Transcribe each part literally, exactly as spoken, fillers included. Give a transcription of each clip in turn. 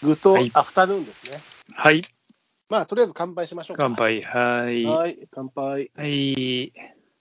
グッドアフタヌーンですね。 はい。 まあ、とりあえず乾杯しましょうか。 乾杯。はい。 はい、乾杯。 はい。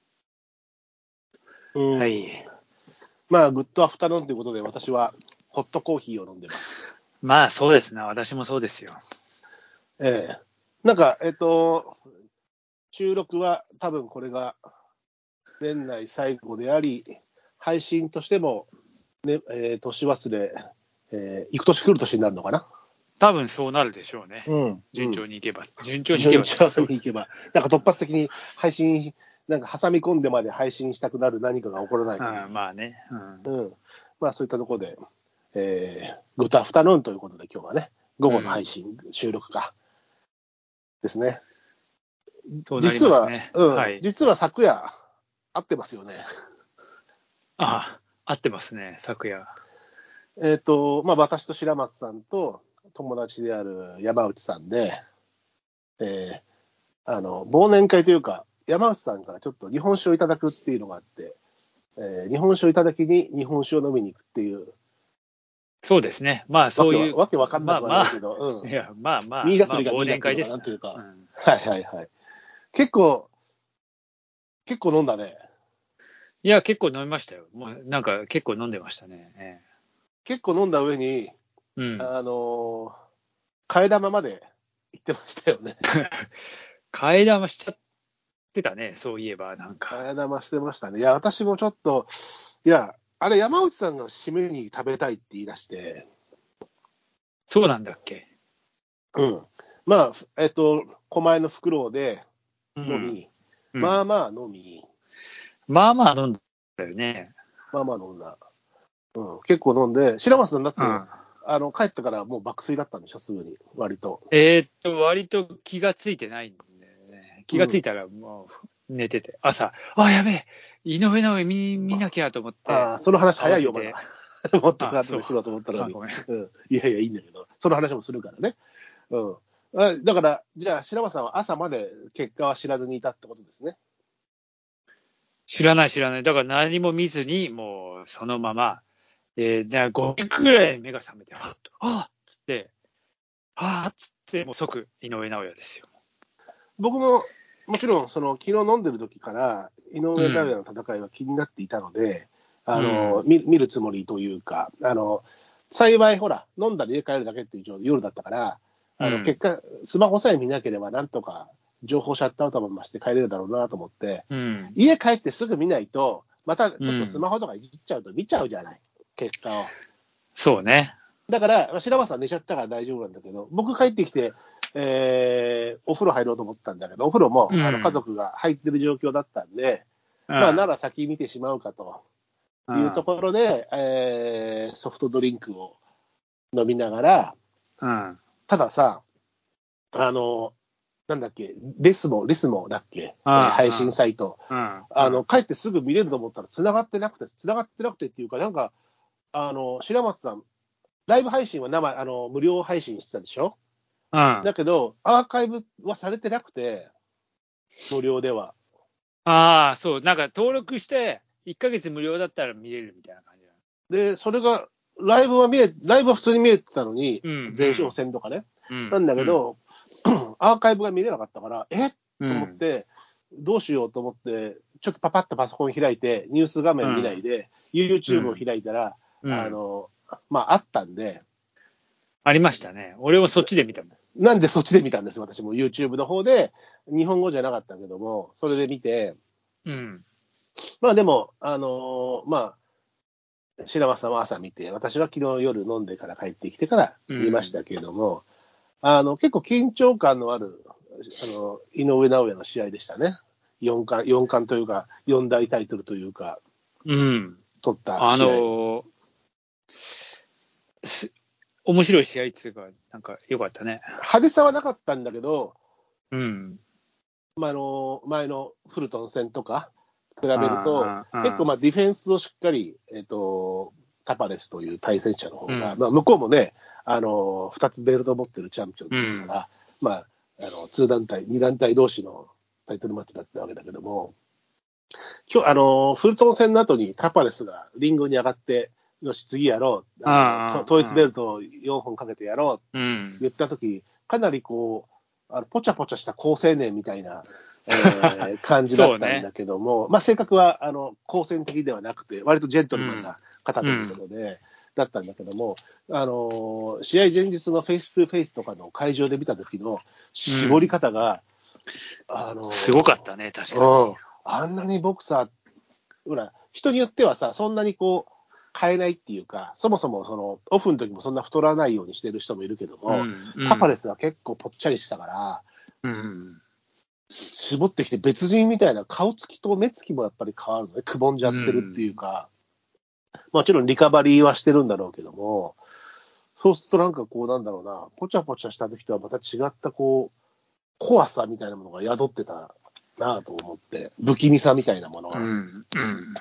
うん。 はい。 まあ、グッドアフタヌーンということで、私はホットコーヒーを飲んでます。 まあ、そうですね。私もそうですよ。 ええなんか、えっと、収録は多分これが年内最後であり、配信としても、ねえー年忘れ、えー、行く年来る年になるのかな。 多分そうなるでしょうね。 うん。 順調にいけば。順調にいけば。 順調にいけば。なんか突発的に配信、なんか挟み込んでまで配信したくなる何かが起こらない限り。 うん、まあね。うん。 うん。まあそういったところで、えー、グッドアフタヌーンということで今日はね、午後の配信、うん、収録か。ですね。 そうなり実は、 ますね。 うん、 はい。 実は昨夜、会ってますよね。 ああ、合ってますね、昨夜。 えっ、と、まあ私と白松さんと友達である山内さんで、えー、あの、忘年会というか、山内さんからちょっと日本酒をいただくっていうのがあって、えー、日本酒をいただきに日本酒を飲みに行くっていう。 そうですね。まあ、そういう。 わけわかんなくはないけど、 まあまあ、 うん。 いや、まあまあ、 ミイダまあ、 トリがミイダ忘年っていうのか会ですから。 なんというか、 うん、 はいはいはい。結構、結構飲んだね。 いや、結構飲みましたよ。もう、なんか、結構飲んでましたね。ええ、 結構飲んだ上に、 うん。 あのー、替え玉まで行ってましたよね。 替え玉しちゃってたね、そういえば、なんか。 替え玉してましたね。いや、私もちょっと、いや、あれ、山内さんが締めに食べたいって言い出して、 そうなんだっけ。 うん。まあ、えっと、狛江のフクロウで飲うん。 み、 うん、 まあまあ飲み、 まあまあ飲んだよね。 まあまあ飲んだ。うん、結構飲んで、白松さんだって、 うん。 あの帰ってからもう爆睡だったんでしょ、すぐに、割と。 えーっと、割と気がついてないんだよね。気うん。 がついたらもう寝てて、朝、あ、やべえ、井上尚弥見見なきゃと思って、 ああ、その話早いよ、まだ。 慌てて、 もっとあ、そう。 後で振ろうと思ったのあ、 に。 ごめん。 うん。いやいや、いいんだけど、その話もするからね。うん。あだから、じゃあ、白松さんは朝まで結果は知らずにいたってことですね。 知らない知らない。だから何も見ずに、もうそのまま、えー、じゃあごびきぐらい目が覚めて、ああっつって、ああっつって、もう即井上尚弥ですよ。 僕も、もちろん、その、昨日飲んでる時から、井上尚弥の戦いは気になっていたので、うん、あの、見、見るつもりというか、あの、幸い、ほら、飲んだら入れ替えるだけっていう夜だったから、あの、結果、スマホさえ見なければ、なんとか、情報シャットアウトままして帰れるだろうなと思って、 うん、 家帰ってすぐ見ないと、またちょっとスマホとかいじっちゃうと見ちゃうじゃない、結果を。 そうね。 だから、白松さん寝ちゃったから大丈夫なんだけど、僕帰ってきて、えー、お風呂入ろうと思ったんだけど、お風呂も、 うん、 あの家族が入ってる状況だったんで、 うん、 まあ、なら先見てしまうかというところで、うん、えー、ソフトドリンクを飲みながら、 うん、 たださ、あの、なんだっけ、レスモ、レスモだっけ、えー、配信サイト、 うん、 あの、帰ってすぐ見れると思ったら繋がってなくて、繋がってなくてっていうか、なんか、あの、白松さん、ライブ配信は生、あの、無料配信してたでしょ。 うん。 だけど、アーカイブはされてなくて、無料では。 ああ、そう、なんか登録して、いっかげつ無料だったら見れるみたいな感じだ。 で、それが、ライブは見え、ライブは普通に見えてたのに、 うん、 前哨戦とかね。 うん、 なんだけど、うん、アーカイブが見れなかったから、えっうん、 と思って、どうしようと思って、ちょっとパパッとパソコン開いて、ニュース画面見ないで、うん、YouTube を開いたら、うん、あの、まあ、あったんで。 ありましたね。俺もそっちで見たもん。 なんでそっちで見たんです、私も YouTube の方で、日本語じゃなかったけども、それで見て、 うん、 まあでも、あのー、まあ、白松さんは朝見て、私は昨日夜飲んでから帰ってきてから見ましたけれども、うん、あの結構緊張感のあるあの井上尚弥の試合でしたね。四冠、四冠というか、四大タイトルというか、 うん、 取った試合。 あのー、面白い試合っていうか、なんか良かったね。 派手さはなかったんだけど、 うん。 まあ、あの前のフルトン戦とか比べると、結構まあディフェンスをしっかり、えーと、タパレスという対戦者の方が、うん、まあ、向こうもね、あのふたつベルトを持ってるチャンピオンですから、うん、まあ、あのに団体、に団体同士のタイトルマッチだったわけだけども、今日あのフルトン戦の後にタパレスがリングに上がって、 よし、次やろう。 ああ統一ベルトをよんほんかけてやろうってうん。 言ったとき、かなりこう、あのぽちゃぽちゃした好青年みたいな、えー感じだったんだけども、まあ、性格はあの好戦的ではなくて、割とジェントルマンな方ということで、だったんだけども、あの試合前日のフェイス2フェイスとかの会場で見た時の絞り方が、 うん、 あのすごかったね、確かに。 うん、あんなにボクサー、ほら、人によってはさ、そんなにこう、変えないっていうか、そもそもそのオフの時もそんな太らないようにしてる人もいるけども、 うんうん、 タパレスは結構ぽっちゃりしたから、 うん、 絞ってきて別人みたいな顔つきと目つきもやっぱり変わるのね、くぼんじゃってるっていうか、うん、もちろんリカバリーはしてるんだろうけども、そうするとなんかこうなんだろうな、ぽちゃぽちゃした時とはまた違ったこう、怖さみたいなものが宿ってたなぁと思って、不気味さみたいなものが。 うんうん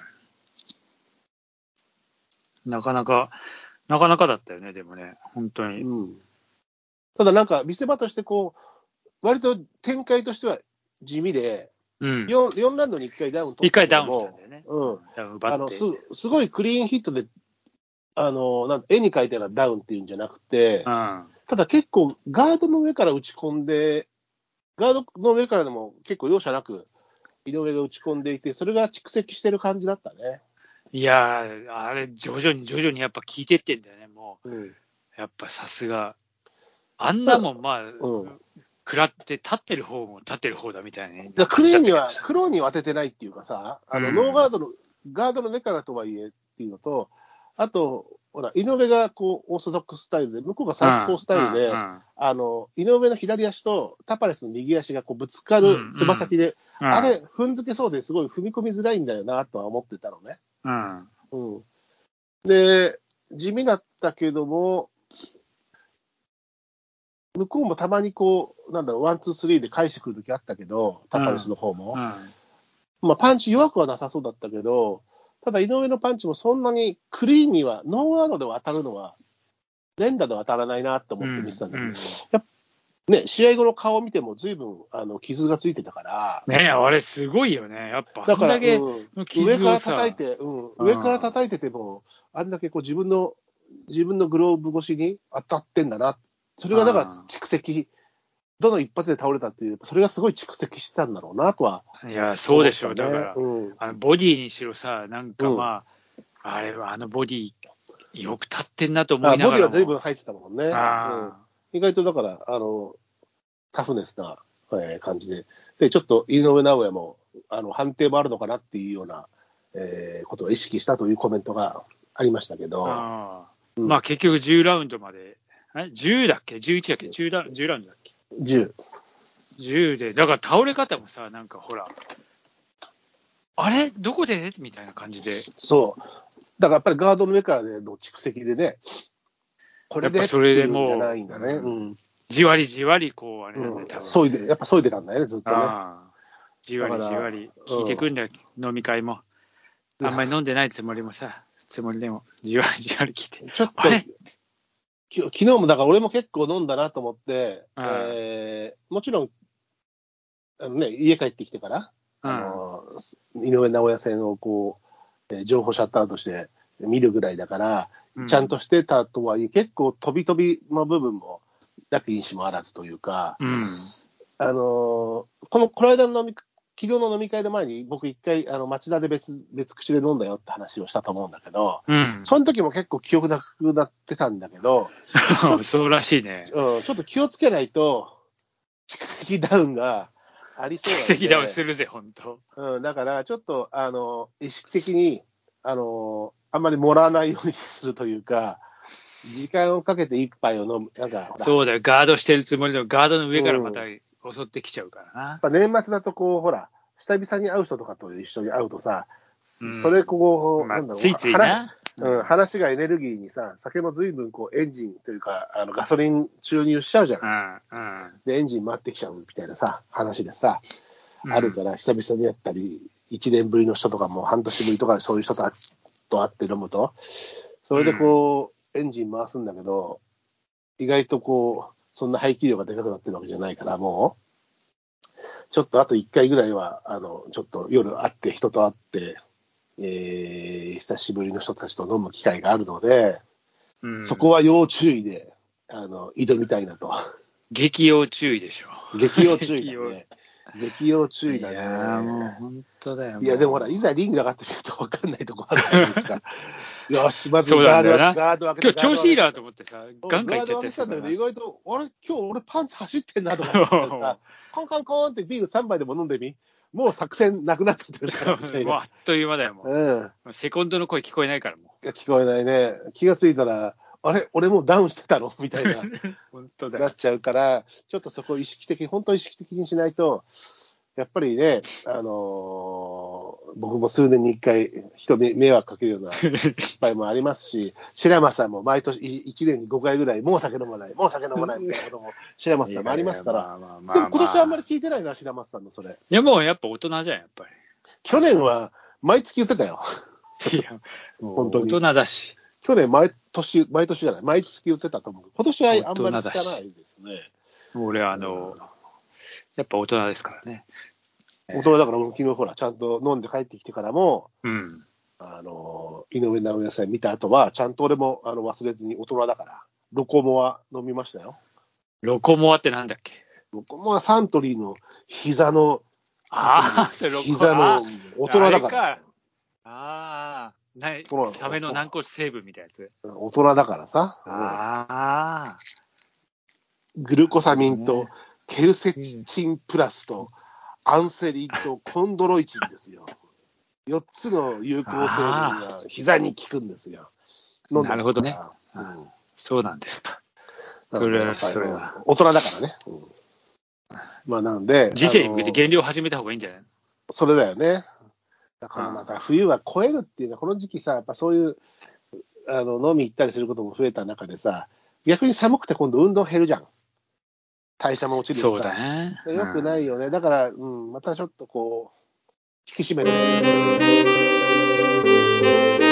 なかなか、なかなかだったよね、でもね、本当に。 うん、ただなんか、見せ場としてこう、割と展開としては地味で、うん、4, よんラウンドにいっかいダウン取ったけども、いっかいダウンしたんだよね。うん、ダウン奪ってあの す, すごいクリーンヒットで、あのなん絵に描いたようなダウンっていうんじゃなくて、うん、ただ結構、ガードの上から打ち込んで、ガードの上からでも結構容赦なく、井上が打ち込んでいて、それが蓄積してる感じだったね。 いやー、あれ、徐々に徐々にやっぱ効いてってんだよね、もう。うん、やっぱさすが。あんなもん、まあ、うん、食らって立ってる方も立ってる方だみたいな、ね。 クレーンには、クローンには当ててないっていうかさ、あの、うん、ノーガードの、ガードの上からとはいえっていうのと、あと、ほら、井上がこう、オーソドックススタイルで、向こうがサウスポースタイルで、うんうんうん、あの、井上の左足とタパレスの右足がこうぶつかるつま先で、うんうん、あれ、踏んづけそうですごい踏み込みづらいんだよなとは思ってたのね。うんうん、で、地味だったけども、向こうもたまにこう、なんだろう、ワン、ツー、スリーで返してくるときあったけど、タパレスの方も、うんうん。まあ、パンチ弱くはなさそうだったけど、ただ井上のパンチもそんなにクリーンには、ノーガードでは当たるのは、連打では当たらないなって思って見てたんだけど、うんうん、やっね、試合後の顔を見ても、ずいぶんあの傷がついてたから。 ねえ、あれすごいよね。やっぱ、 だから、うん、上から叩いて、うん、上から叩いてても、あんだけこう自分の、自分のグローブ越しに当たってんだな。それがだから蓄積、どの一発で倒れたっていう、それがすごい蓄積してたんだろうなとは、 ね。いや、そうでしょう。だから、うん、あのボディにしろさ、なんかまあ、うん、あれはあのボディ、よく立ってんなと思いながらも。 ボディは随分入ってたもんね。うん、意外とだから、あの、タフネスな、えー、感じで。で、ちょっと井上尚弥も、あの、判定もあるのかなっていうような、えー、ことを意識したというコメントがありましたけど。 あうん、まあ結局じゅうラウンドまで、えじゅうだっけ ?じゅういち だっけ ?じゅう ラ, じゅうラウンドだっけ ? じゅう。 じゅうで、だから倒れ方もさ、なんかほら、あれどこでみたいな感じで。 そう。だからやっぱりガードの上からでの蓄積でね、これでそれでもう、 じゃないんだね。 うん、じわりじわりこう、あれなんだよ、多分。 そいで、やっぱそいでたんだよね、ずっとね。 あじわりじわり、聞いてくんだよ、うん、飲み会も。あんまり飲んでないつもりもさ、つもりでも、じわりじわり聞いて。 ちょっと、あれ昨日もだから俺も結構飲んだなと思って、えー、もちろん、あのね、家帰ってきてから、あの井上尚弥戦をこう、えー、情報シャットアウトして見るぐらいだから、うん、ちゃんとしてたとはいえ、結構飛び飛びの部分も、なきにしもあらずというか、うん、あのー、この、この間の飲み、昨日の飲み会の前に、僕一回、あの、町田で別、別口で飲んだよって話をしたと思うんだけど、うん、その時も結構記憶なくなってたんだけど、 そうらしいね、 うん。ちょっと気をつけないと、蓄積ダウンがありそうなので。 蓄積ダウンするぜ、本当。 うん、だから、ちょっと、あの、意識的に、あの、あんまりもらわないようにするというか、時間をかけて一杯を飲む。なんかそうだよ、ガードしてるつもりのガードの上からまた襲ってきちゃうからな。 うん、年末だとこう、ほら、久々に会う人とかと一緒に会うとさ、うん、それこう、 まあ、 なんだろう、 ついついな、 うん、話がエネルギーにさ、酒も随分こうエンジンというか、あのガソリン注入しちゃうじゃん。うんうん、で、エンジン回ってきちゃうみたいなさ、話でさ、うん、あるから、久々にやったり、いちねんぶりの人とかも半年ぶりとかそういう人と会って飲むと、それでこう、エンジン回すんだけど、意外とこう、そんな排気量がでかくなってるわけじゃないから、もう、ちょっとあといっかいぐらいは、あの、ちょっと夜会って、人と会って、 えー、久しぶりの人たちと飲む機会があるので、 うん、 そこは要注意であの挑みたいなと。 激要注意でしょ。 激要注意だね。激要注意だね。 いやーもう本当だよ。 いやでもほら、いざリング上がってみると分かんないとこあるじゃないですか。よし、まずガードはガード開けて。 今日調子いいなと思ってさ、ガンガンいっちゃってたんだけど、意外と、あれ、今日俺パンチ走ってんなとか思ってさ、コンコンコンってビールさんばいでも飲んでみ、もう作戦なくなっちゃってるから。 もうあっという間だよ、もう。うん、セコンドの声聞こえないからもう。聞こえないね。気がついたら、あれ、俺もうダウンしてたのみたいな。 本当だなっちゃうから、ちょっとそこを意識的に、本当に意識的にしないと、やっぱりね、あのー、僕も数年に一回、人に迷惑かけるような失敗もありますし、白松さんも毎年いちねんにごかいぐらい、もう酒飲まない、もう酒飲まないみたいなことも、白松さんもありますから、でも今年はあんまり聞いてないな、白松さんのそれ。 いや、もうやっぱ大人じゃん、やっぱり。 去年は毎月言ってたよ。 いや、もう本当に。大人だし。 去年毎年、毎年じゃない、毎月言ってたと思う。今年はあんまり聞かないですね。 俺はあの、うん、やっぱ大人ですからね。 大人だから、昨日ほら、ちゃんと飲んで帰ってきてからも、 うん、 あの井上尚弥さん見た後は、ちゃんと俺もあの忘れずに大人だから、ロコモア飲みましたよ。 ロコモアってなんだっけ？ ロコモアサントリーの膝の、 ああ、それロコモア。 膝の大人だから。 ああ、ないサメの軟骨成分みたいなやつ。 大人だからさ。 ああ。 グルコサミンとケルセチンプラスと、アンセリンとコンドロイチンですよ。よっつの有効成分が膝に効くんですよ。 なるほどね、うん。そうなんですか。それは、それは。 大人だからね。うん、まあなんで。 時世に向けて減量始めた方がいいんじゃないの？ それだよね。だからまた冬は超えるっていうか、この時期さ、やっぱそういうあの飲み行ったりすることも増えた中でさ、逆に寒くて今度運動減るじゃん。代謝も落ちるしさ。 そうだね。 よくないよね。うん、だから、うん、またちょっとこう、引き締める。